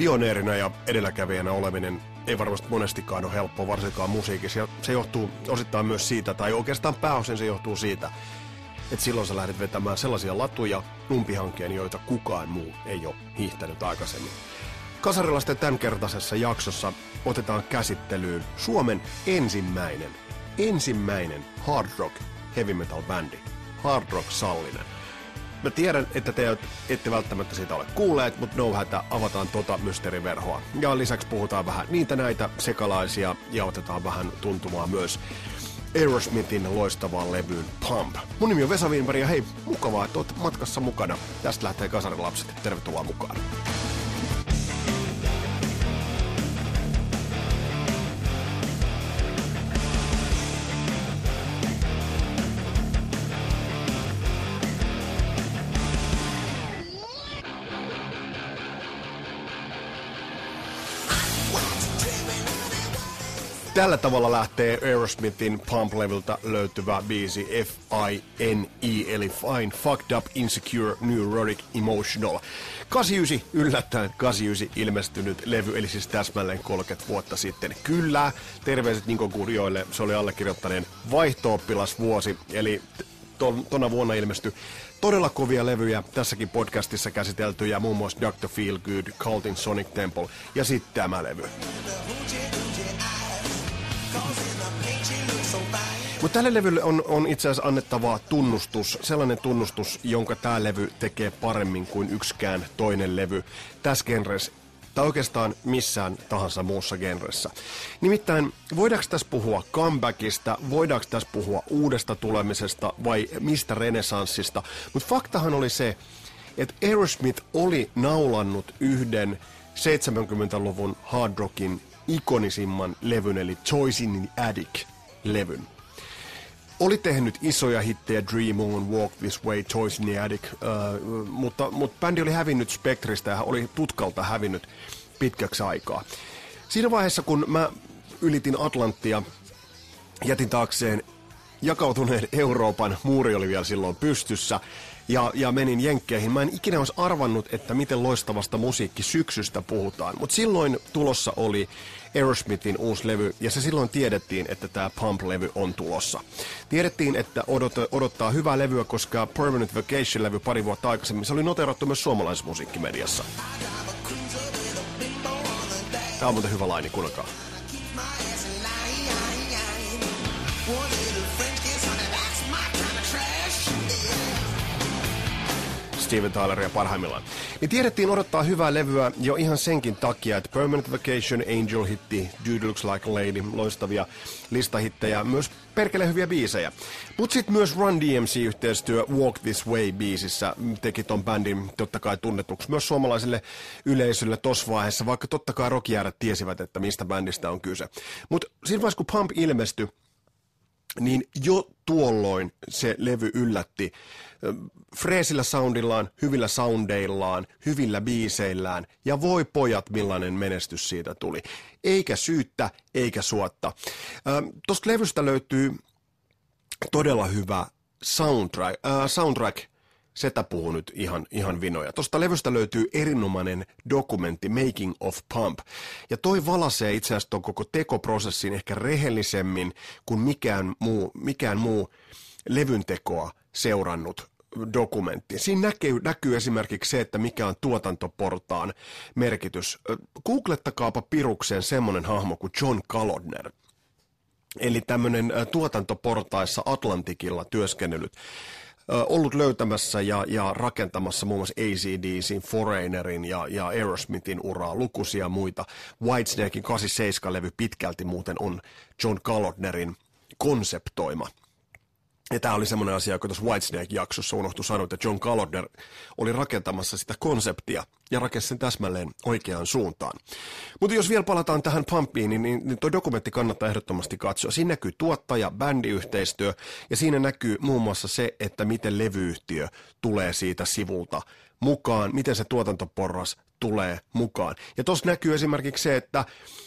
Pioneerina ja edelläkävijänä oleminen ei varmasti monestikaan ole helppoa, varsinkaan musiikissa. Ja se johtuu osittain myös siitä, tai oikeastaan pääosin se johtuu siitä, että silloin sä lähdet vetämään sellaisia latuja umpihankkeen, joita kukaan muu ei ole hiihtänyt aikaisemmin. Kasarilaisten tämänkertaisessa jaksossa otetaan käsittelyyn Suomen ensimmäinen hard rock heavy metal bändi, Hard Rock Sallinen. Mä tiedän, että te ette välttämättä siitä ole kuulleet, mutta no hätä, avataan mysteeriverhoa. Ja lisäksi puhutaan vähän niitä näitä sekalaisia ja otetaan vähän tuntumaan myös Aerosmithin loistavaan levyyn Pump. Mun nimi on Vesa Wienberg ja hei, mukavaa, että oot matkassa mukana. Tästä lähtee Kasarilapset. Tervetuloa mukaan. Tällä tavalla lähtee Aerosmithin Pump-levyltä löytyvä biisi F.I.N.E. eli Fine, Fucked Up, Insecure, Neurotic, Emotional. 89, yllättäen 89 ilmestynyt levy, eli siis täsmälleen 30 vuotta sitten. Kyllä, terveiset Niko Kurjoille, se oli allekirjoittaneen vaihto-oppilasvuosi, eli tona vuonna ilmestyi todella kovia levyjä, tässäkin podcastissa käsiteltyjä, muun muassa Dr. Feelgood, Cultin Sonic Temple ja sitten tämä levy. Mutta tälle levylle on itse asiassa annettava tunnustus, sellainen tunnustus, jonka tämä levy tekee paremmin kuin yksikään toinen levy tässä genressä, tai oikeastaan missään tahansa muussa genressä. Nimittäin, voidaanko tässä puhua comebackista, voidaanko tässä puhua uudesta tulemisesta vai mistä renesanssista, mutta faktahan oli se, että Aerosmith oli naulannut yhden 70-luvun hard rockin ikonisimman levyn, eli Toys in the Attic-levyn. Oli tehnyt isoja hittejä, Dream On, Walk This Way, Toys in the Attic, mutta bändi oli hävinnyt spektristä ja oli tutkalta hävinnyt pitkäksi aikaa. Siinä vaiheessa, kun mä ylitin Atlanttia, jätin taakseen jakautuneen Euroopan, muuri oli vielä silloin pystyssä, ja menin Jenkkeihin. Mä en ikinä olisi arvannut, että miten loistavasta musiikkisyksystä puhutaan. Mutta silloin tulossa oli Aerosmithin uusi levy, ja se silloin tiedettiin, että tämä Pump-levy on tulossa. Tiedettiin, että odottaa hyvää levyä, koska Permanent Vacation-levy pari vuotta aikaisemmin, se oli noteerattu myös suomalaisessa musiikkimediassa. Tää on muuten hyvä laini, kuunnelkaa. Steven Tyleria parhaimmillaan. Niin tiedettiin odottaa hyvää levyä jo ihan senkin takia, että Permanent Vacation, Angel hitti, Dude Looks Like a Lady, loistavia listahittejä, myös perkele hyviä biisejä. Mutta sitten myös Run DMC-yhteistyö Walk This Way-biisissä teki ton bändin totta kai tunnetuksi myös suomalaiselle yleisölle tossa vaiheessa, vaikka totta kai rockjäädät tiesivät, että mistä bändistä on kyse. Mutta siinä vaiheessa, kun Pump ilmestyi, niin jo tuolloin se levy yllätti freesillä soundillaan, hyvillä soundeillaan, hyvillä biiseillään, ja voi pojat, millainen menestys siitä tuli. Eikä syyttä, eikä suotta. Tuosta levystä löytyy todella hyvä soundtrack. Setä puhuu nyt ihan vinoja. Tuosta levystä löytyy erinomainen dokumentti Making of Pump. Ja toi valaisee itse asiassa ton koko tekoprosessin ehkä rehellisemmin kuin mikään muu levyn tekoa seurannut dokumentti. Siinä näkyy esimerkiksi se, että mikä on tuotantoportaan merkitys. Googlettakaapa pirukseen semmonen hahmo kuin John Kalodner. Eli tämmönen tuotantoportaissa Atlantikilla työskennellyt. Ollut löytämässä ja rakentamassa muun muassa AC/DC:n, Foreignerin ja Aerosmithin uraa, lukuisia muita. Whitesnakein 87-levy pitkälti muuten on John Kalodnerin konseptoima. Ja tämä oli semmoinen asia, joka tuossa Whitesnake-jaksossa unohtui sanoa, että John Kalodner oli rakentamassa sitä konseptia ja rakensi sen täsmälleen oikeaan suuntaan. Mutta jos vielä palataan tähän Pumpiin, niin tuo dokumentti kannattaa ehdottomasti katsoa. Siinä näkyy tuottaja-bändiyhteistyö ja siinä näkyy muun muassa se, että miten levyyhtiö tulee siitä sivulta mukaan, miten se tuotantoporras tulee mukaan. Ja tuossa näkyy esimerkiksi se, että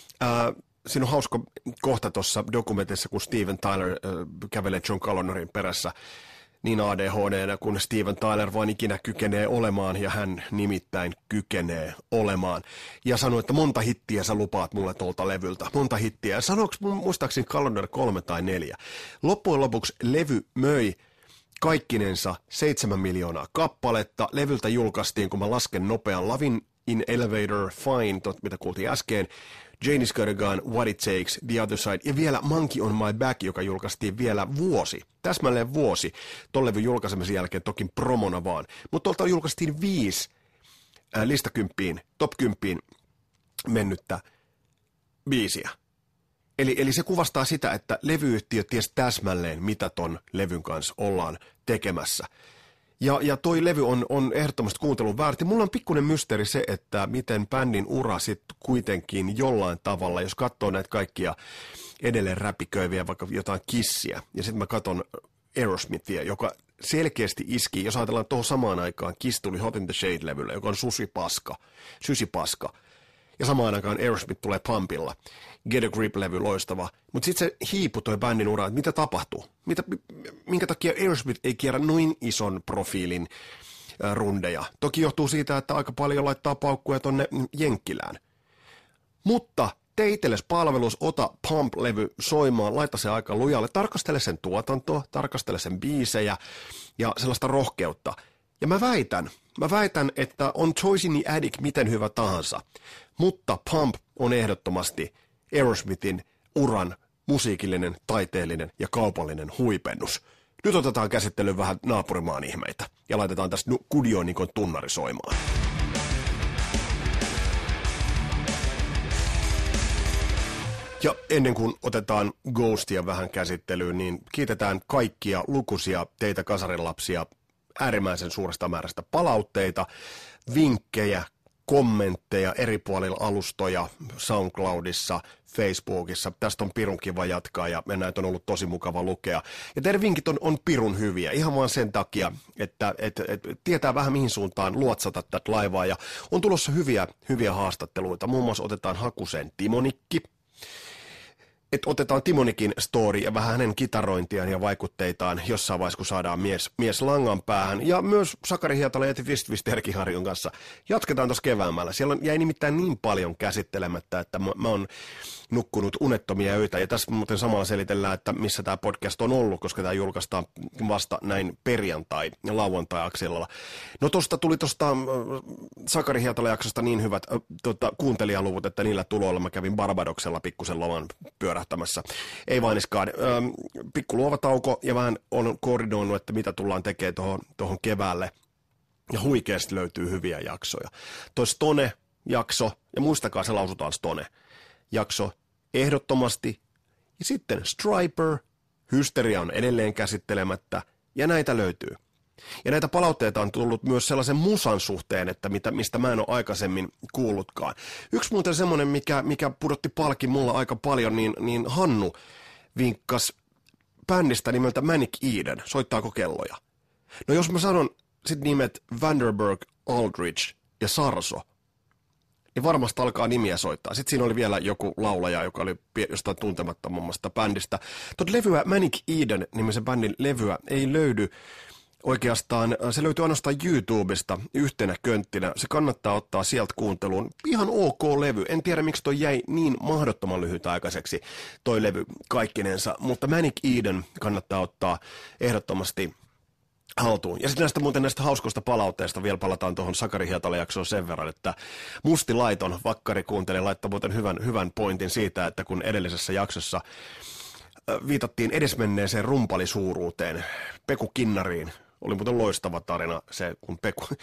siinä on hauska kohta tuossa dokumentissa, kun Steven Tyler kävelee John Kalodnerin perässä, niin ADHD:nä kuin Steven Tyler vain ikinä kykenee olemaan, ja hän nimittäin kykenee olemaan. Ja sanoi, että monta hittiä sä lupaat mulle tuolta levyltä, monta hittiä. Sanoiko muistaakseni Calendar 3 tai 4? Loppujen lopuksi levy möi kaikkinensa 7 miljoonaa kappaletta. Levyltä julkaistiin, kun mä lasken nopean, Lovin' in Elevator, Fine, mitä kuultiin äsken, Janie's Got a Gun, What It Takes, The Other Side ja vielä Monkey on My Back, joka julkaistiin vielä täsmälleen vuosi, ton levyn julkaisemisen jälkeen, toki promona vaan. Mutta tuolta julkaistiin 5 listakymppiin, top 10 mennyttä biisiä. Eli se kuvastaa sitä, että levyyhtiö ties täsmälleen, mitä ton levyn kanssa ollaan tekemässä. Ja toi levy on ehdottomasti kuuntelun väärti. Mulla on pikkuinen mysteeri se, että miten bändin ura sitten kuitenkin jollain tavalla, jos katsoo näitä kaikkia edelleen räpiköiviä, vaikka jotain Kissiä, ja sitten mä katson Aerosmithia, joka selkeästi iski, jos ajatellaan tuohon samaan aikaan, Kiss tuli Hot in the Shade-levyllä, joka on sysipaska. Ja samaan aikaan Aerosmith tulee Pumpilla. Get a Grip-levy loistava. Mutta sitten se hiipui toi bändin ura, että mitä tapahtuu? Minkä takia Aerosmith ei kierrä noin ison profiilin rundeja? Toki johtuu siitä, että aika paljon laittaa paukkuja tonne Jenkkilään. Mutta tee itsellesi palvelus, ota Pump-levy soimaan, laita se aika lujalle, tarkastele sen tuotantoa, tarkastele sen biisejä ja sellaista rohkeutta. Ja mä väitän, että on Choice Addict miten hyvä tahansa, mutta Pump on ehdottomasti Aerosmithin uran musiikillinen, taiteellinen ja kaupallinen huipennus. Nyt otetaan käsittelyyn vähän naapurimaan ihmeitä ja laitetaan tästä Kudionikon tunnari soimaan. Ja ennen kuin otetaan Ghostia vähän käsittelyyn, niin kiitetään kaikkia lukuisia teitä kasarilapsia äärimmäisen suuresta määrästä palautteita, vinkkejä, kommentteja eri puolilla alustoja, SoundCloudissa, Facebookissa. Tästä on pirun kiva jatkaa ja näitä on ollut tosi mukava lukea. Ja teidän vinkit on pirun hyviä, ihan vaan sen takia, että tietää vähän mihin suuntaan luotsata tätä laivaa. Ja on tulossa hyviä haastatteluita, muun muassa otetaan Hakuseen Timonikki. Että otetaan Timonikin story ja vähän hänen kitarointiaan ja vaikutteitaan jossain vaiheessa, kun saadaan mies langan päähän. Ja myös Sakari Hietala ja Twist Erkiharjun kanssa jatketaan tuossa keväämällä. Siellä jäi nimittäin niin paljon käsittelemättä, että mä oon nukkunut unettomia öitä. Ja tässä muuten samalla selitellään, että missä tämä podcast on ollut, koska tämä julkaistaan vasta näin lauantai-akselilla. No tuli tuosta Sakari Hietala-jaksosta niin hyvät kuuntelijaluvut, että niillä tuloilla mä kävin Barbadoksella pikkusen loman pyörähtämässä. Ei vainiskaan. Pikku luova tauko ja vähän on koordinoinut, että mitä tullaan tekemään tuohon keväälle. Ja huikeasti löytyy hyviä jaksoja. Toi Stone-jakso, ja muistakaa se lausutaan Stone-jakso ehdottomasti. Ja sitten Striper, Hysteria on edelleen käsittelemättä, ja näitä löytyy. Ja näitä palautteita on tullut myös sellaisen musan suhteen, että mistä mä en ole aikaisemmin kuullutkaan. Yksi muuten semmoinen, mikä pudotti palkin mulla aika paljon, niin Hannu vinkkas bändistä nimeltä Manic Eden. Soittaako kelloja? No jos mä sanon sit nimet Vanderberg, Aldridge ja Sarso, niin varmasti alkaa nimiä soittaa. Sitten siinä oli vielä joku laulaja, joka oli jostain tuntemattomammasta bändistä. Tuota levyä, Manic Eden nimisen bändin levyä, ei löydy. Oikeastaan se löytyy ainoastaan YouTubesta yhtenä könttinä. Se kannattaa ottaa sieltä kuunteluun. Ihan ok levy. En tiedä, miksi toi jäi niin mahdottoman lyhytaikaiseksi toi levy kaikkinensa. Mutta Manic Eden kannattaa ottaa ehdottomasti haltuun. Ja sitten näistä hauskoista palautteista vielä palataan tuohon Sakari Hietala-jaksoon sen verran, että Musti Laiton vakkari kuuntelija laittoi muuten hyvän pointin siitä, että kun edellisessä jaksossa viitattiin edesmenneeseen rumpalisuuruuteen, Peku Kinnariin. Oli muuten loistava tarina se, kun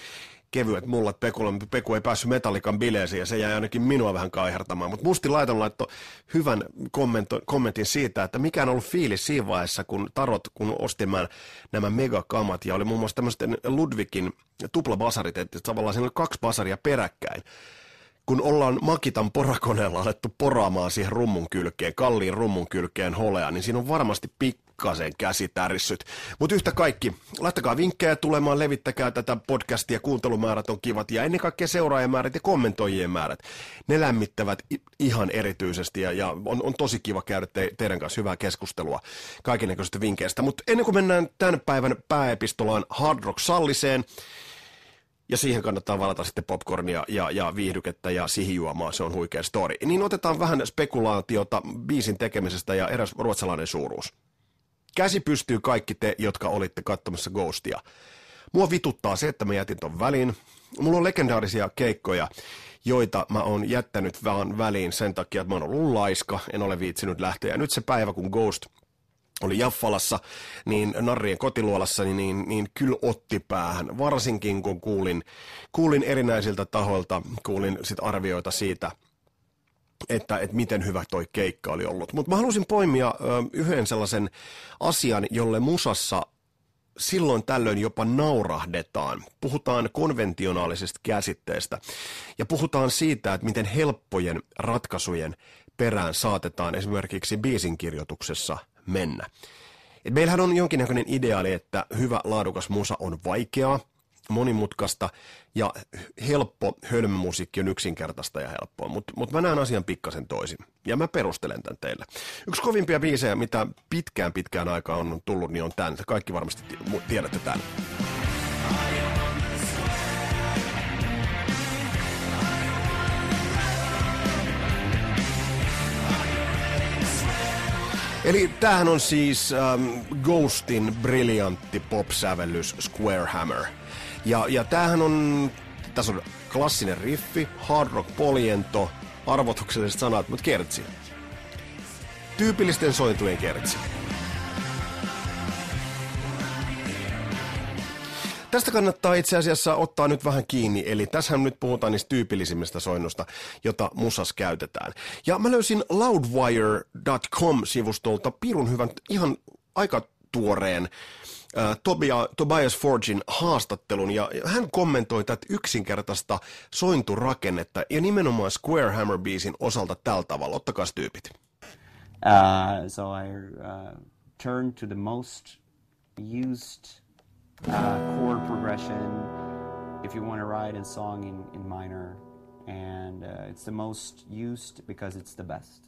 kevyet mullat Peku ei päässyt Metallican bileisiin ja se jäi ainakin minua vähän kaihertamaan. Mutta Musti Laiton laittoi hyvän kommentin siitä, että mikä on ollut fiilis siinä vaiheessa, kun ostin nämä megakamat ja oli muun muassa tämmöisten Ludwigin tuplabasarit, että tavallaan siinä oli 2 basaria peräkkäin. Kun ollaan Makitan porakoneella alettu poraamaan siihen rummun kylkeen, kalliin rummun kylkeen holea, niin siinä on varmasti pikkasen käsitärissyt. Mutta yhtä kaikki, laittakaa vinkkejä tulemaan, levittäkää tätä podcastia, kuuntelumäärät on kivat ja ennen kaikkea seuraajamäärät ja kommentoijien määrät. Ne lämmittävät ihan erityisesti ja on tosi kiva käydä teidän kanssa hyvää keskustelua kaikennäköisistä vinkkeistä. Mutta ennen kuin mennään tämän päivän pääepistolaan Hard Rock Salliseen, ja siihen kannattaa valata sitten popcornia ja viihdykettä ja sihijuomaa, se on huikea story. Niin otetaan vähän spekulaatiota biisin tekemisestä ja eräs ruotsalainen suuruus. Käsi pystyy kaikki te, jotka olitte katsomassa Ghostia. Mua vituttaa se, että mä jätin ton väliin. Mulla on legendaarisia keikkoja, joita mä oon jättänyt vaan väliin sen takia, että mä oon ollut laiska, en ole viitsinyt lähteä. Ja nyt se päivä, kun Ghost oli Jaffalassa, niin Narrien kotiluolassa, niin kyllä otti päähän. Varsinkin kun kuulin erinäisiltä tahoilta, kuulin sit arvioita siitä, että miten hyvä toi keikka oli ollut. Mutta mä halusin poimia yhden sellaisen asian, jolle musassa silloin tällöin jopa naurahdetaan. Puhutaan konventionaalisesta käsitteestä ja puhutaan siitä, että miten helppojen ratkaisujen perään saatetaan esimerkiksi biisin kirjoituksessa mennä. Et meillähän on jonkinnäköinen ideaali, että hyvä laadukas musa on vaikeaa, monimutkaista ja helppo hölmömusiikki on yksinkertaista ja helppoa, mutta mä näen asian pikkasen toisin ja mä perustelen tämän teille. Yksi kovimpia biisejä, mitä pitkään aikaan on tullut, niin on tämän. Kaikki varmasti tiedätte tämän. Eli tämähän on siis Ghostin briljantti pop-sävellys Square Hammer. Ja tämähän on, tässä on klassinen riffi, hard rock poljento, arvotukselliset sanat, mutta kertsi. Tyypillisten sointujen kertsi. Tästä kannattaa itse asiassa ottaa nyt vähän kiinni, eli tässähän nyt puhutaan niistä tyypillisimmistä soinnusta, jota musas käytetään. Ja mä löysin loudwire.com-sivustolta pirun hyvän, ihan aika tuoreen Tobias Forgin haastattelun, ja hän kommentoi tätä yksinkertaista sointurakennetta, ja nimenomaan Square Hammer-biisin osalta tällä tavalla. Ottakaa tyypit. So I turned to the most used chord progression if you want to write a song in minor, and it's the most used because it's the best.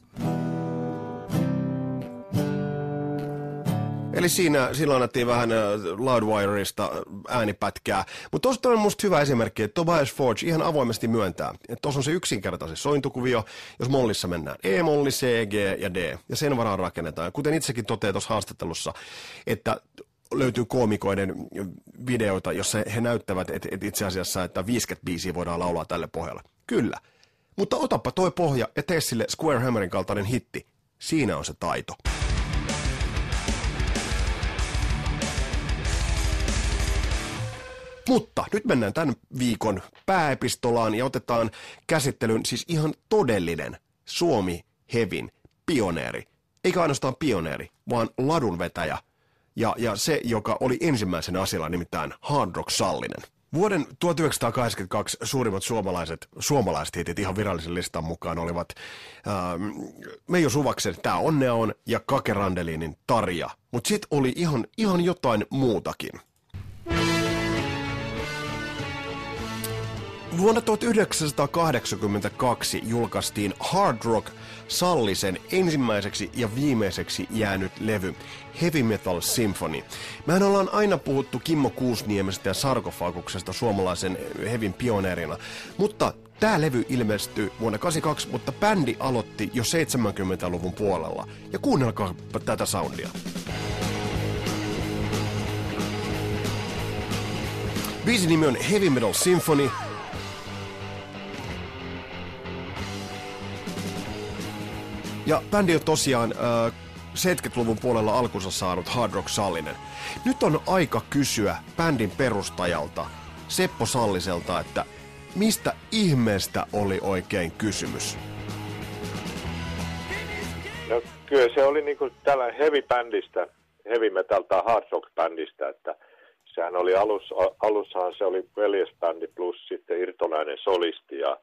Eli silloin annettiin vähän Loudwireista äänipätkää, mutta tuossa on musta hyvä esimerkki, että Tobias Forge ihan avoimesti myöntää, että tuossa on se yksinkertainen sointukuvio, jos mollissa mennään E-molli, C, G ja D, ja sen varaan rakennetaan. Kuten itsekin toteaa tuossa haastattelussa, että löytyy koomikoiden videoita, jossa he näyttävät, että itse asiassa, että 50 biisiä voidaan laulaa tälle pohjalle. Kyllä. Mutta otappa toi pohja ja tee sille Square Hammerin kaltainen hitti. Siinä on se taito. Mutta nyt mennään tämän viikon pääepistolaan ja otetaan käsittelyyn siis ihan todellinen Suomi Hevin pioneeri. Eikä ainoastaan pioneeri, vaan ladunvetäjä. Ja se, joka oli ensimmäisenä asialla, nimittäin Hard Rock Sallinen. Vuoden 1982 suurimmat suomalaiset hitit ihan virallisen listan mukaan olivat Meijo Suvaksen Tää onnea on ja Kake Randelinin Tarja. Mutta sit oli ihan jotain muutakin. Vuonna 1982 julkaistiin Hard Rock Sallisen ensimmäiseksi ja viimeiseksi jäänyt levy Heavy Metal Symphony. Mehän ollaan aina puhuttu Kimmo Kuusniemestä ja Sarkofaguksesta suomalaisen hevin pioneerina, mutta tämä levy ilmestyi vuonna 1982, mutta bändi aloitti jo 70-luvun puolella. Ja kuunnelkaa tätä soundia. Biisin nimi on Heavy Metal Symphony. Ja bändi on tosiaan 70-luvun puolella alkunsa saanut Hard Rock Sallinen. Nyt on aika kysyä bändin perustajalta, Seppo Salliselta, että mistä ihmeestä oli oikein kysymys? No kyllä se oli niinku tällainen heavy-bändistä, heavy metal tai hard rock-bändistä, että sehän oli alussahan se oli veljesbändi plus sitten irtonainen solisti ja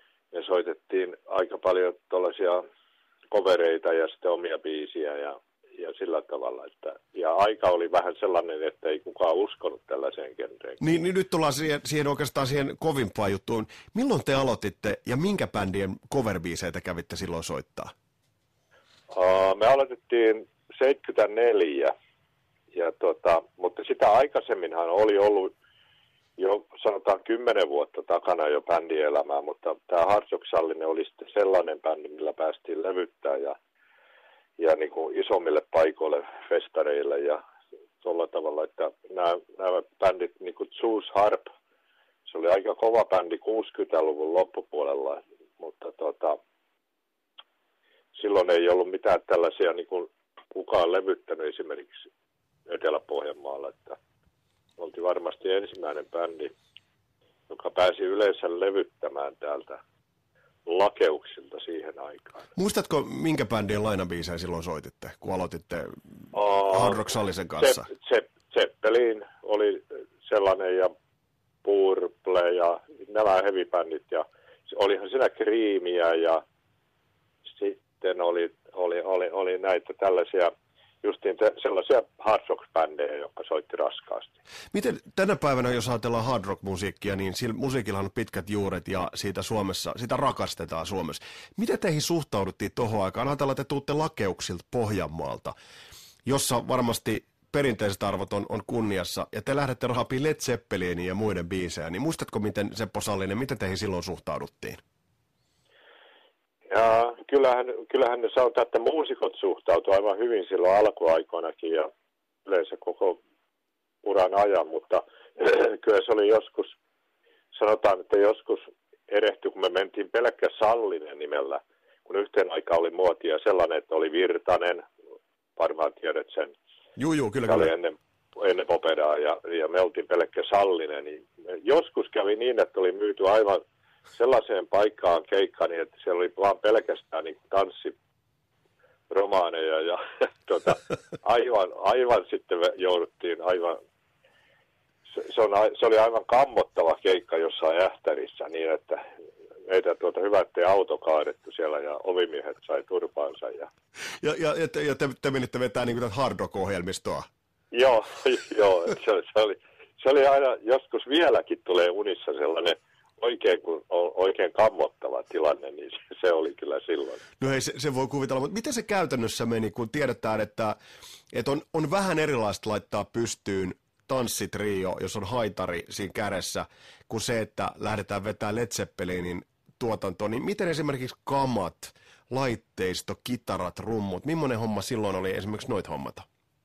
soitettiin aika paljon tuollaisia covereita ja sitten omia biisiä ja ja sillä tavalla. Ja aika oli vähän sellainen, että ei kukaan uskonut tällaiseen genreen. Niin nyt tullaan siihen oikeastaan siihen kovimpaan juttuun. Milloin te aloititte ja minkä bändien coverbiiseitä kävitte silloin soittaa? Me aloitettiin 74, mutta sitä aikaisemminhan oli ollut jo sanotaan 10 vuotta takana jo bändielämää, mutta tämä Hard Rock Sallinen oli sitten sellainen bändi, millä päästiin levyttää ja niin kuin isommille paikoille, festareille ja tuolla tavalla, että nämä bändit, niin kuin Zeus Harp, se oli aika kova bändi 60-luvun loppupuolella, mutta silloin ei ollut mitään tällaisia, niin kuin kukaan levyttänyt esimerkiksi Etelä-Pohjanmaalla, että oltiin varmasti ensimmäinen bändi, joka pääsi yleensä levyttämään täältä Lakeuksilta siihen aikaan. Muistatko, minkä bändien lainabiisejä silloin soititte, kun aloititte Hard Rock Sallisen kanssa? Zeppelin oli sellainen ja Purple ja nämä heavy-bändit ja olihan siinä Creamia ja sitten oli näitä tällaisia justiin sellaisia hard rock-bändejä, jotka soitti raskaasti. Miten tänä päivänä, jos ajatellaan hard rock-musiikkia, niin sillä musiikillahan on pitkät juuret ja sitä rakastetaan Suomessa. Miten teihin suhtauduttiin tuohon aikaan? Ajatellaan, että te tuutte Lakeuksilta Pohjanmaalta, jossa varmasti perinteiset arvot on kunniassa, ja te lähdette rahapii Led Zeppelinin ja muiden biisejä, niin muistatko, miten Seppo Sallinen, miten teihin silloin suhtauduttiin? Ja kyllähän ne sanotaan, että muusikot suhtautuivat aivan hyvin silloin alkuaikoinakin ja yleensä koko uran ajan, mutta kyllä se oli joskus, sanotaan, että joskus erehtyi, kun me mentiin pelkkä Sallinen nimellä, kun yhteen aikaan oli muotia sellainen, että oli Virtanen, varmaan tiedät sen. Joo, kyllä. Oli ennen Popedaa ja me oltiin pelkkä Sallinen, niin joskus kävi niin, että oli myyty aivan sellaiseen paikkaan keikkaan, niin että siellä oli vaan pelkästään niin tanssiromaaneja ja aivan sitten jouduttiin aivan, se oli aivan kammottava keikka jossain Ähtärissä niin, että meitä hyvä, ettei auto kaadettu siellä ja ovimiehet sai turpaansa. Ja te menitte vetää niin kuin hard rock-ohjelmistoa. Joo, se oli aina, joskus vieläkin tulee unissa sellainen oikein kammottava tilanne, niin se oli kyllä silloin. No ei, se voi kuvitella, mutta miten se käytännössä meni, kun tiedetään, että on vähän erilaista laittaa pystyyn tanssitrio, jos on haitari siinä kädessä, kuin se, että lähdetään vetämään Led Zeppelinin tuotantoon, niin miten esimerkiksi kamat, laitteisto, kitarat, rummut, millainen homma silloin oli esimerkiksi noita hommata?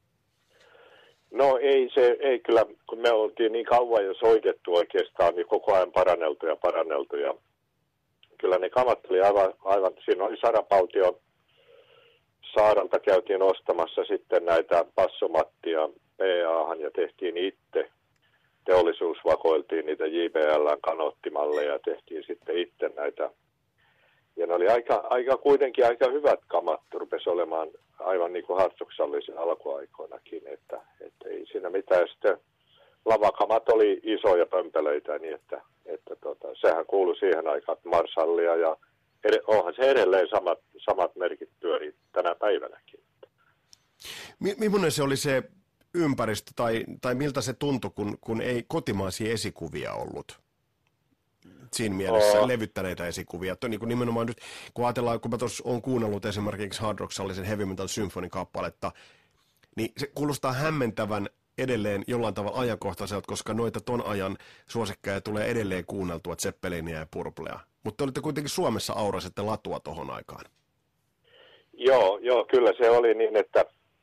No ei kyllä, kun me oltiin niin kauan jo soitettu oikeastaan, niin koko ajan paranneltu ja kyllä ne kamat oli aivan siinä oli Sarapaltion saaralta käytiin ostamassa sitten näitä bassomattia PA:han ja tehtiin itse. Teollisuus vakoiltiin niitä JBL:n kanottimalleja ja tehtiin sitten itse näitä. Ja ne oli kuitenkin aika hyvät kamat, rupesi olemaan aivan niin kuin Hard Rock Sallisen alkuaikoinakin, että ei siinä mitään. Sitten lavakamat oli isoja pömpelöitä, niin että sehän kuului siihen aikaan, että Marshallia ja onhan se edelleen samat merkit pyörii tänä päivänäkin. Millainen se oli se ympäristö tai miltä se tuntui, kun ei kotimaisia esikuvia ollut? Siinä mielessä levyttäneitä esikuvia. Että niin kuin nimenomaan nyt, kun ajatellaan, kun mä tuossa olen kuunnellut esimerkiksi Hard Rock Sallisen Heavy Metal Symphony kappaletta, niin se kuulostaa hämmentävän edelleen jollain tavalla ajankohtaiselta, koska noita ton ajan suosikkeja tulee edelleen kuunneltua Zeppelinia ja Purplea. Mutta te olitte kuitenkin Suomessa aurasitte latua tohon aikaan. Joo, kyllä se oli niin, että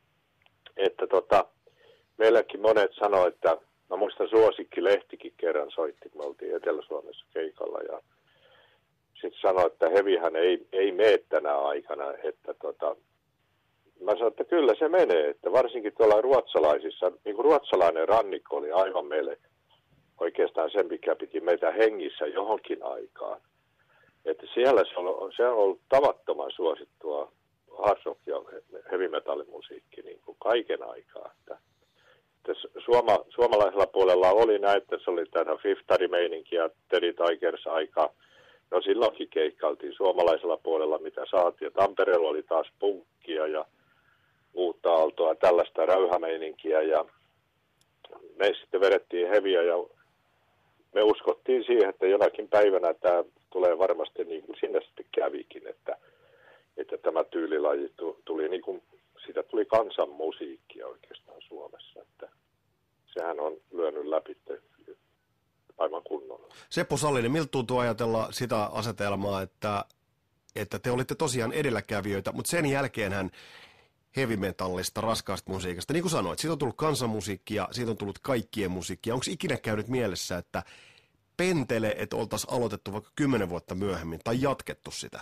meilläkin monet sanoivat, että mä muistan Suosikki-lehtikin kerran soitti, kun me oltiin Etelä-Suomessa keikalla ja sitten sanoi, että hevihän ei mene tänä aikana, että mä sanoin, että kyllä se menee, että varsinkin tuolla ruotsalaisissa, niin kuin ruotsalainen rannikko oli aivan meille oikeastaan sen, mikä piti meitä hengissä johonkin aikaan. Että siellä se on ollut tavattoman suosittua hard rock ja heavy metallimusiikki niin kuin kaiken aikaa. Että suomalaisella puolella oli näin, että se oli tätä Fiftari-meininkiä ja Teddy Tigers aikaa. No silloinkin keikkailtiin suomalaisella puolella, mitä saatiin. Ja Tampereella oli taas punkkia ja uutta aaltoa, tällaista räyhämeininkiä ja me sitten vedettiin heviä ja me uskottiin siihen, että jonakin päivänä tämä tulee varmasti niin kuin sinne sitten kävikin, että tämä tyylilaji tuli niin kuin, siitä tuli kansanmusiikkia oikeastaan Suomessa, että sehän on lyönyt läpi aivan kunnolla. Seppo Sallinen, miltä tuntuu ajatella sitä asetelmaa, että te olitte tosiaan edelläkävijöitä, mutta sen jälkeenhän heavy metallista, raskaasta musiikista, niin kuin sanoit, siitä on tullut kansanmusiikkia, siitä on tullut kaikkien musiikkia. Onko ikinä käynyt mielessä, että pentele, että oltaisiin aloitettu vaikka 10 vuotta myöhemmin tai jatkettu sitä?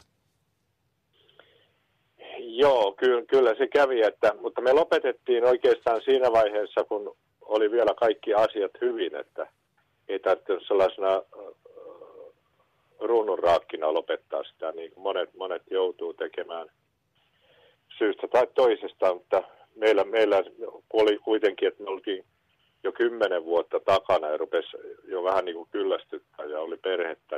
Joo, kyllä se kävi, mutta me lopetettiin oikeastaan siinä vaiheessa, kun oli vielä kaikki asiat hyvin, että ei tarvitse sellaisena runnunraakkina lopettaa sitä, niin kuin monet joutuu tekemään syystä tai toisesta, mutta meillä oli kuitenkin, että me oltiin jo 10 vuotta takana ja rupesi jo vähän niin kuin kyllästyttää ja oli perhettä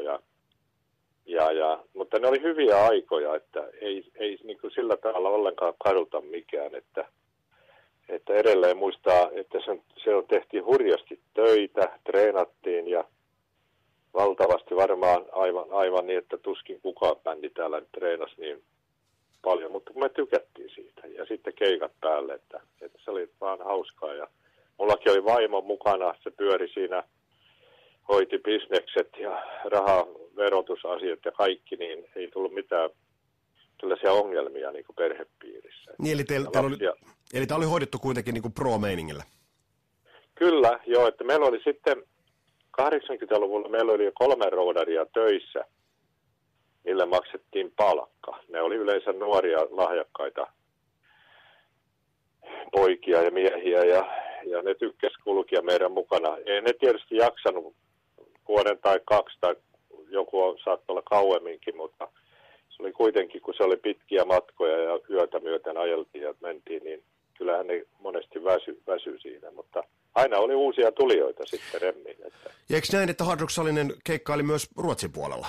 mutta ne oli hyviä aikoja, että ei niin kuin sillä tavalla ollenkaan kaduta mikään, että edelleen muistaa, että se tehtiin hurjasti töitä, treenattiin ja valtavasti varmaan aivan niin, että tuskin kukaan bändi täällä treenasi niin paljon, mutta me tykättiin siitä ja sitten keikat päälle, että se oli vaan hauskaa ja mullakin oli vaimo mukana, se pyöri siinä, hoiti bisnekset ja rahaverotusasiat ja kaikki, niin ei tullut mitään tällaisia ongelmia niin kuin perhepiirissä. Niin, eli tämä oli hoidettu kuitenkin niin kuin pro-meiningillä? Kyllä, joo, että meillä oli sitten 80-luvulla meillä oli 3 roudaria töissä, millä maksettiin palkka. Ne oli yleensä nuoria, lahjakkaita poikia ja miehiä ja ne tykkäs kulkia meidän mukana. Ei ne tietysti jaksanut vuoden tai 2 tai joku saattoi olla kauemminkin, mutta se oli kuitenkin, kun se oli pitkiä matkoja ja yötä myöten ajeltiin ja mentiin, niin kyllähän ne monesti väsy siinä, mutta aina oli uusia tulijoita sitten remmiin. Ja eikö näin, että Hard Rock Sallinen keikkaili myös Ruotsin puolella?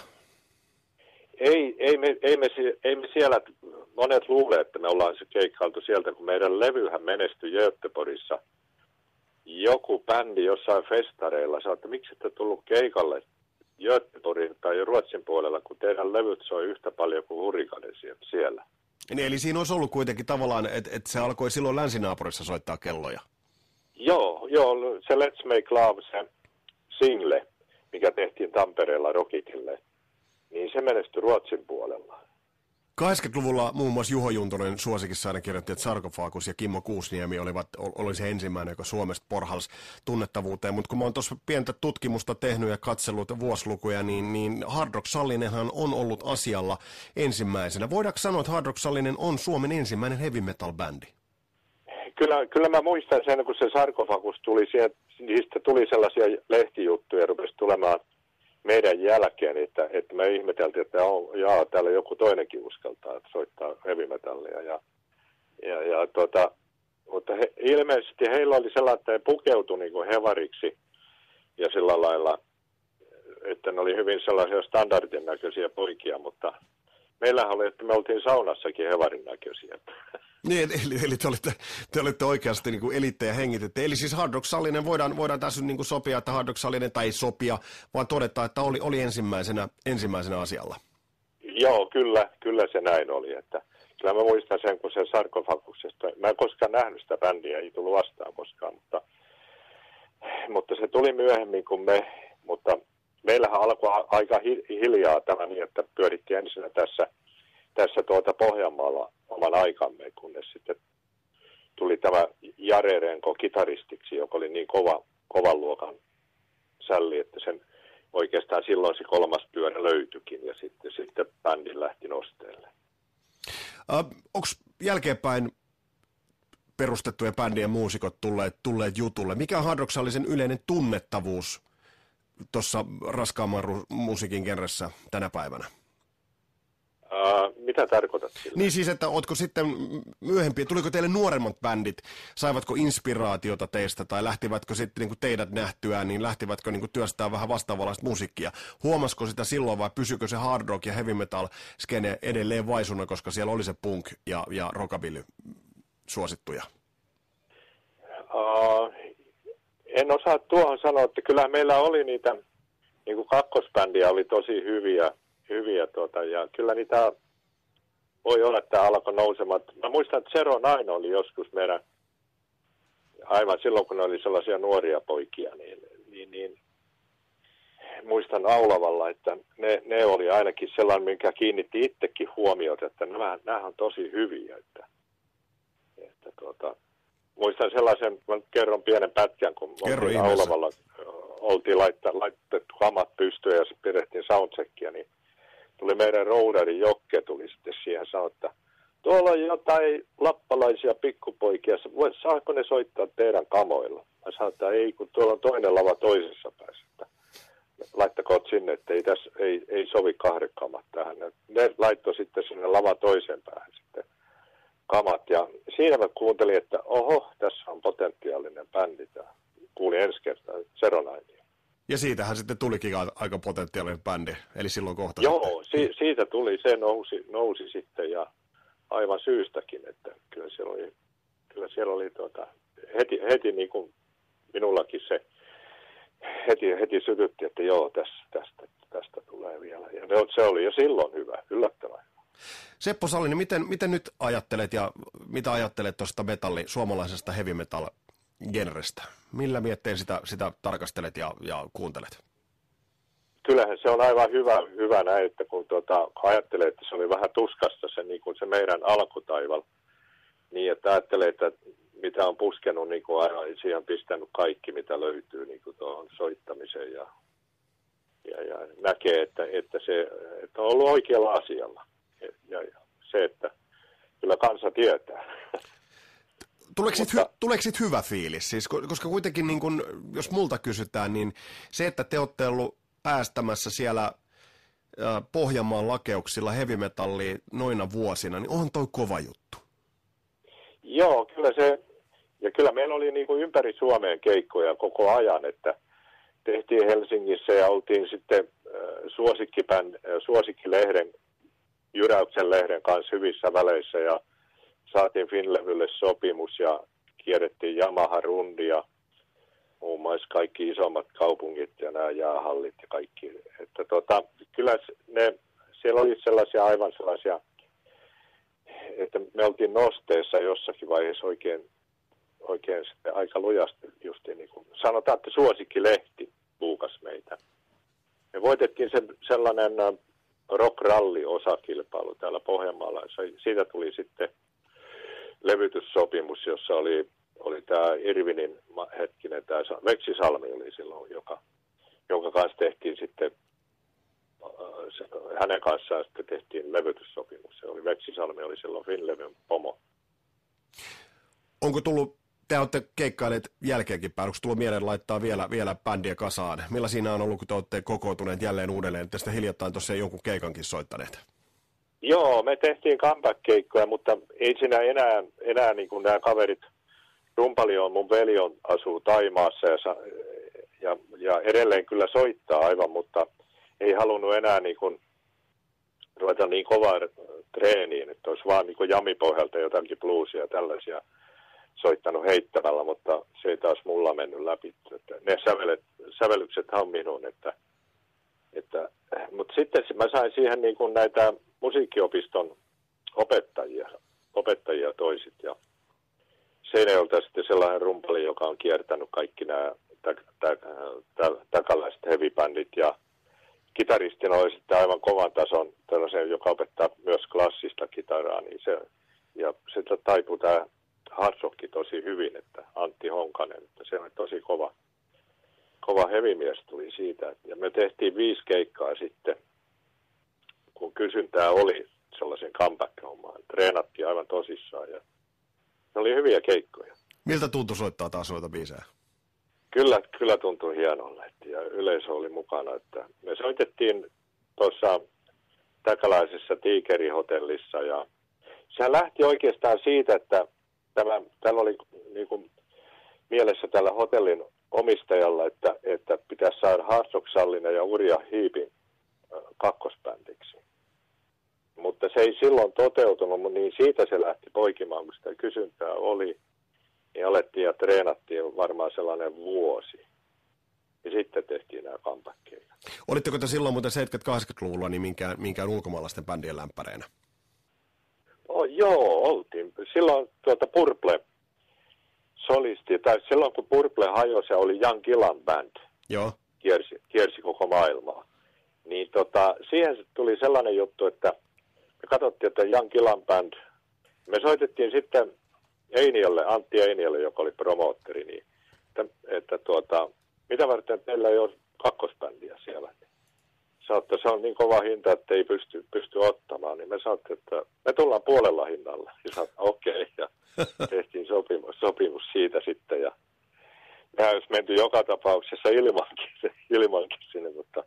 Ei me siellä, monet luulee, että me ollaan se keikkailtu sieltä, kun meidän levyhän menestyi Göteborgissa. Joku bändi jossain festareilla sanoi, että miksi ette tullut keikalle Göteborgin tai Ruotsin puolella, kun teidän levyt soi yhtä paljon kuin Hurrikanen siellä. Eli siinä olisi ollut kuitenkin tavallaan, että se alkoi silloin länsinaapurissa soittaa kelloja. Joo, se Let's Make Love, se single, mikä tehtiin Tampereella Rockitille, niin se menestyi Ruotsin puolella. 80-luvulla muun muassa Juho Juntunen suosikissa aina kirjoitti, että Sarkofagus ja Kimmo Kuusniemi oli se ensimmäinen, joka Suomesta porhalsi tunnettavuuteen. Mutta kun mä oon tuossa pientä tutkimusta tehnyt ja katsellut vuosilukuja, niin Hard Rock Sallinenhan on ollut asialla ensimmäisenä. Voidaanko sanoa, että Hard Rock Sallinen on Suomen ensimmäinen heavy metal bändi? Kyllä mä muistan sen, kun se Sarkofagus tuli, niistä tuli sellaisia lehtijuttuja ja rupesi tulemaan meidän jälkeen, että me ihmeteltiin, että täällä joku toinenkin uskaltaa soittaa heavy metallia. Mutta ilmeisesti heillä oli sellainen, että he pukeutui niin kuin hevariksi ja sillä lailla, että ne oli hyvin sellaisia standardin näköisiä poikia, mutta meillähän oli, että me oltiin saunassakin hevarin näköisiä. Niin, eli te olitte oikeasti niin kuin eliittejä hengitette. Eli siis Hard Rock Sallinen, voidaan tässä niin kuin sopia, että Hard Rock Sallinen, tai ei sopia, vaan todeta, että oli ensimmäisenä asialla. Joo, kyllä se näin oli. Että kyllä mä muistan sen, kun se Sarkofaguksesta, mä en koskaan nähnyt sitä bändiä, ei tullut vastaan koskaan, mutta se tuli myöhemmin kuin me, mutta meillähän alkoi aika hiljaa tämä niin, että pyörittiin ensin tässä Pohjanmaalla oman aikamme, kunnes sitten tuli tämä Jare Renko kitaristiksi, joka oli niin kovan luokan sälli, että sen oikeastaan silloin se 3. pyörä löytyikin ja sitten bändi lähti nosteelle. Onko jälkeenpäin perustettujen bändien muusikot tulleet jutulle? Mikä on Hard Rock Sallisen yleinen tunnettavuus tuossa raskaamman musiikin genressä tänä päivänä? Mitä tarkoitat sillä? Niin siis, että ootko sitten myöhempiä, tuliko teille nuoremmat bändit, saivatko inspiraatiota teistä tai lähtivätkö sitten niin kuin teidät nähtyään, niin lähtivätkö niin kuin työstää vähän vastaavanlaista musiikkia? Huomasiko sitä silloin vai pysyykö se hard rock ja heavy metal skene edelleen vaisuna, koska siellä oli se punk ja rockabilly suosittuja? En osaa tuohon sanoa, että kyllä meillä oli niitä, niin kuin kakkosbändiä oli tosi hyviä ja kyllä niitä voi olla, että alkoi nousemaan. Mä muistan, että Zero Nine oli joskus meidän, aivan silloin kun ne oli sellaisia nuoria poikia, niin muistan Aulavalla, että ne oli ainakin sellainen, minkä kiinnitti itsekin huomiota, että nämä on tosi hyviä. Että muistan sellaisen, mä kerron pienen pätkän, kun oltiin Aulavalla, oltiin laitettu kamat pystyyn ja sitten pidettiin soundcheckia, niin tuli meidän roudari Jokke, tuli sitten siihen sanoi, että tuolla on jotain lappalaisia pikkupoikia, saako ne soittaa teidän kamoilla? Mä sanoin, että ei, kun tuolla on toinen lava toisessa päässä. Laittakoot sinne, että ei sovi 2 kamat tähän. Ne laittoi sitten sinne lava toiseen päähän sitten kamat. Ja siinä mä kuuntelin, että oho, tässä on potentiaalinen bändi. Kuulin ensi kertaa Zero Ninea. Ja siitähän sitten tulikin aika potentiaalinen bändi, eli silloin kohta. Joo, siitä tuli, se nousi sitten ja aivan syystäkin, että kyllä siellä oli heti niin kuin minullakin se heti sytytti, että joo, tästä tulee vielä. Ja se oli jo silloin hyvä, yllättävän hyvä. Seppo Sallinen, miten nyt ajattelet ja mitä ajattelet tuosta suomalaisesta heavy metal genrestä? Millä mietteen sitä tarkastelet ja kuuntelet? Kyllähän se on aivan hyvä näin, että kun ajattelee, että se oli vähän tuskasta se, niin kuin se meidän alkutaival, niin että ajattelee, että mitä on puskenut, niin kuin aivan siihen pistänyt kaikki, mitä löytyy niin kuin tuohon soittamiseen ja näkee, että on ollut oikealla asialla. Ja se, että kyllä kansa tietää. Tuleeko sit hyvä fiilis? Siis, koska kuitenkin, niin kun, jos multa kysytään, niin se, että te olette ollut päästämässä siellä Pohjanmaan lakeuksilla heavy metallia noina vuosina, niin onhan toi kova juttu. Joo, kyllä se, ja kyllä meillä oli niin kuin ympäri Suomeen keikkoja koko ajan, että tehtiin Helsingissä ja oltiin sitten Suosikkilehden, Jyräyksen lehden kanssa hyvissä väleissä ja saatiin Finlevylle sopimus ja kierrettiin Yamaha-rundia, muun muassa kaikki isommat kaupungit ja nämä jäähallit ja kaikki. Että kyllä siellä oli aivan sellaisia, että me oltiin nosteessa jossakin vaiheessa oikein sitten aika lujasti justiin niin kuin sanotaan, että Suosikkilehti buukas meitä. Me voitettiin sellainen rock-ralli-osakilpailu täällä Pohjanmaalla. Siitä tuli sitten levytyssopimus, jossa oli tämä Irvinin tämä Veksisalmi oli silloin, jonka kanssa tehtiin sitten, hänen kanssaan sitten tehtiin levytyssopimus. Se oli Veksisalmi, oli silloin Finlevyn pomo. Onko tullut, te olette keikkailleet jälkeenkin päin, onko tullut mieleen laittaa vielä bändiä kasaan? Millä siinä on ollut, kun te olette kokoontuneet jälleen uudelleen? Tästä hiljattain tuossa jonkun keikankin soittaneet. Joo, me tehtiin comeback-keikkoja, mutta ei siinä enää niin kuin nämä kaverit, Rumpali on, mun veli asuu Taimaassa ja edelleen kyllä soittaa aivan, mutta ei halunnut enää niin kuin ruveta niin kovaa treeniin, että olisi vaan niin kuin jamipohjalta jotakin bluesia ja tällaisia soittanut heittämällä, mutta se ei taas mulla mennyt läpi. Että ne sävellykset on minun, mutta sitten mä sain siihen niin kuin näitä musiikkiopiston opettajia toisit ja Seinäjolta sitten sellainen rumpali, joka on kiertänyt kaikki nämä takalaiset heavy-bändit ja kitaristina oli sitten aivan kovan tason tällaisen, joka opettaa myös klassista kitaraa, niin se taipui tämä hardrocki tosi hyvin, että Antti Honkanen, että se oli tosi kova heavy-mies tuli siitä. Ja me tehtiin 5 keikkaa sitten, kun kysyntää oli sellaisen comeback-hommaan. Treenattiin aivan tosissaan ja ne oli hyviä keikkoja. Miltä tuntui soittaa taas noita biisejä? Kyllä tuntui hienolle ja yleisö oli mukana. Että me soitettiin tuossa takalaisessa Tiikeri-hotellissa ja sehän lähti oikeastaan siitä, että täällä oli niin kuin mielessä tällä hotellin omistajalla, että pitäisi saada Hard Rock Sallinen ja Urja Hiipin kakkosbändiksi. mutta se ei silloin toteutunut, mutta niin siitä se lähti poikimaan, kun sitä kysyntää oli. Niin alettiin ja treenattiin varmaan sellainen vuosi. Ja sitten tehtiin nämä comeback-keikat. Olitteko te silloin muuten 70-80-luvulla niin minkään ulkomaalaisten bändien lämpäreinä? Joo, oltiin. Silloin Purple solisti, tai silloin kun Purple hajosi ja oli Jan Gillan band, joo. Kiersi koko maailmaa, niin siihen tuli sellainen juttu, että me katsottiin, että Jan Gillan band, me soitettiin sitten Antti Einiölle, joka oli promootteri, niin että mitä varten teillä ei ole kakkosbändiä siellä? Sanoitte, se on niin kova hinta, että ei pysty ottamaan, niin me sanottiin, että me tullaan puolella hinnalla. Ja sanoitte, okei, ja tehtiin sopimus siitä sitten, ja mehän olisi menty joka tapauksessa ilmankin sinne, mutta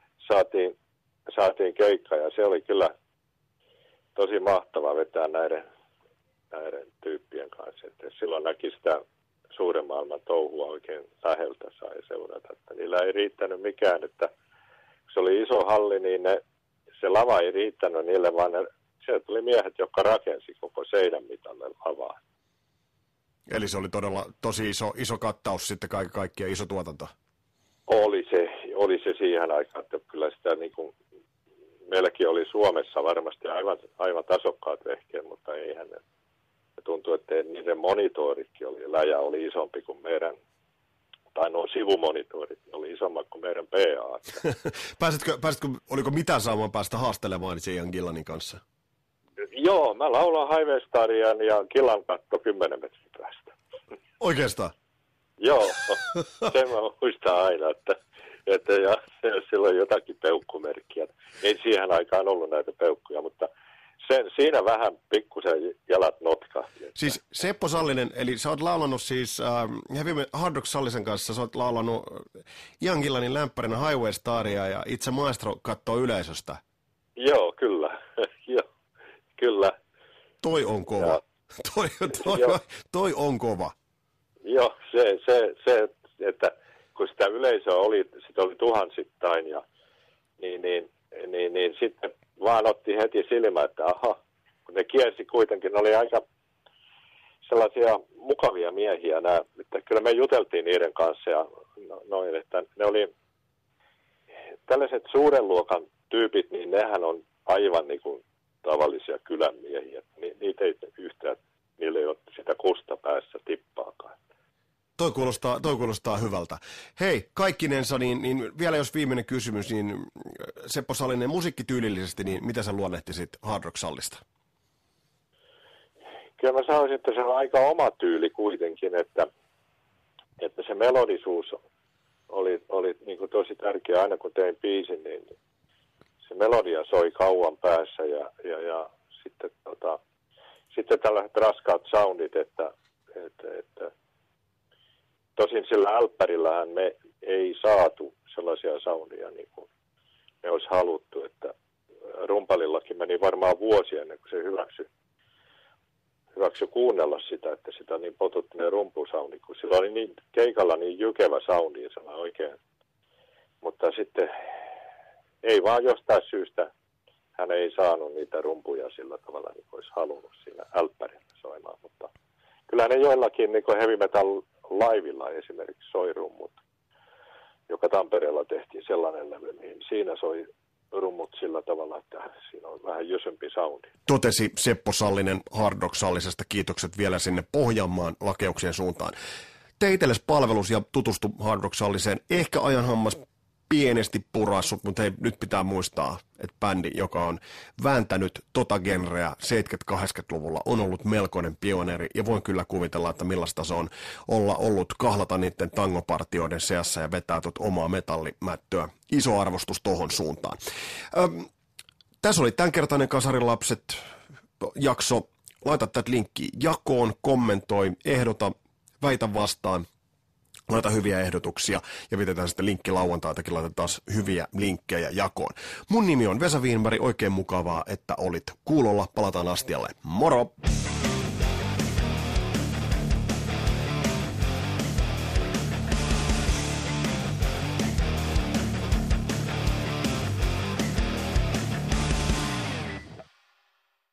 saatiin keikka, ja se oli kyllä tosi mahtavaa vetää näiden tyyppien kanssa, että silloin näki sitä suuren maailman touhua oikein läheltä sai seurata, että niillä ei riittänyt mikään, että se oli iso halli, niin se lava ei riittänyt niille, vaan sieltä tuli miehet, jotka rakensi koko seinän mitalle lavaa. Eli se oli todella tosi iso kattaus sitten kaikkia iso tuotanto. Oli se siihen aikaan, että kyllä sitä niin kuin, meilläkin oli Suomessa varmasti aivan tasokkaat vehkeet, mutta eihän ne. Tuntuu, että niiden monitoritkin läjä oli isompi kuin meidän, tai nuo sivumonitorit oli isommat kuin meidän PA. Pääsitkö, oliko mitään saamaan päästä haastelemaan Ian Gillanin kanssa? Joo, mä laulan Highway Starian ja Gillan katto 10 metrin päästä. Oikeastaan? Joo, sen mä muistan aina, että ja silloin jotakin peukkumerkkiä. Ei siihen aikaan ollut näitä peukkuja, mutta siinä vähän pikkusen jalat notkahti. Siis Seppo Sallinen, eli sä oot laulanut siis Hard Rock Sallisen kanssa, sä oot laulanut Ian Gillanin lämpärinä Highway Staria ja itse maestro kattoo yleisöstä. Joo, kyllä. Joo, kyllä. Toi on kova. Toi on kova. Joo, se, että kun sitä yleisöä oli tuhansittain ja niin sitten vaan otti heti silmä, että aha, kun ne kiersi kuitenkin, ne oli aika sellaisia mukavia miehiä nämä, että kyllä me juteltiin niiden kanssa ja noin, että ne oli tällaiset suuren luokan tyypit, niin nehän on aivan niin kuin tavallisia kylänmiehiä, niitä ei yhtään, niillä ei ole sitä kusta päässä tippaakaan. Toi kuulostaa hyvältä. Hei, kaikkinensa, niin vielä jos viimeinen kysymys, niin Seppo Sallinen, musiikkityylillisesti, niin mitä sä luonnehtisit Hard Rock Sallista? Kyllä mä sanoisin, että se on aika oma tyyli kuitenkin, että se melodisuus oli niin kuin tosi tärkeä. Aina kun tein biisin, niin se melodia soi kauan päässä ja sitten tällaiset raskaat soundit, että tosin sillä älppärillähän me ei saatu sellaisia soundia niin kuin me olisi haluttu, että rumpalillakin meni varmaan vuosia ennen kuin se hyväksy kuunnella sitä, että sitä niin potutti ne rumpusoundi, kun sillä oli niin keikalla niin jykevä soundi ja sellainen oikein. Mutta sitten ei vaan jostain syystä hän ei saanut niitä rumpuja sillä tavalla, niin kuin olisi halunnut siinä älppärillä soimaan, mutta kyllä ne joillakin niin kuin heavy metal laivilla esimerkiksi soi rummut, joka Tampereella tehtiin sellainen levy, niin siinä soi rummut sillä tavalla, että siinä on vähän jysympi soundi. Totesi Seppo Sallinen Hard Rock Sallisesta. Kiitokset vielä sinne Pohjanmaan lakeuksien suuntaan. Tee itsellesi palvelus ja tutustu Hard Rock Salliseen. Ehkä ajan hammas pienesti purassut, mutta hei, nyt pitää muistaa, että bändi, joka on vääntänyt tota genreä 70-80-luvulla, on ollut melkoinen pioneeri, ja voin kyllä kuvitella, että millaista se on olla ollut kahlata niiden tangopartioiden seassa ja vetää omaa metallimättöä. Iso arvostus tohon suuntaan. Tässä oli tämänkertainen Kasarilapset jakso. Laita tätä linkkiä jakoon, kommentoi, ehdota, väitä vastaan. Laita hyviä ehdotuksia ja pidetään sitten linkki lauantaitakin, laitetaan taas hyviä linkkejä jakoon. Mun nimi on Vesa Wienberg, oikein mukavaa, että olit kuulolla. Palataan astialle. Moro!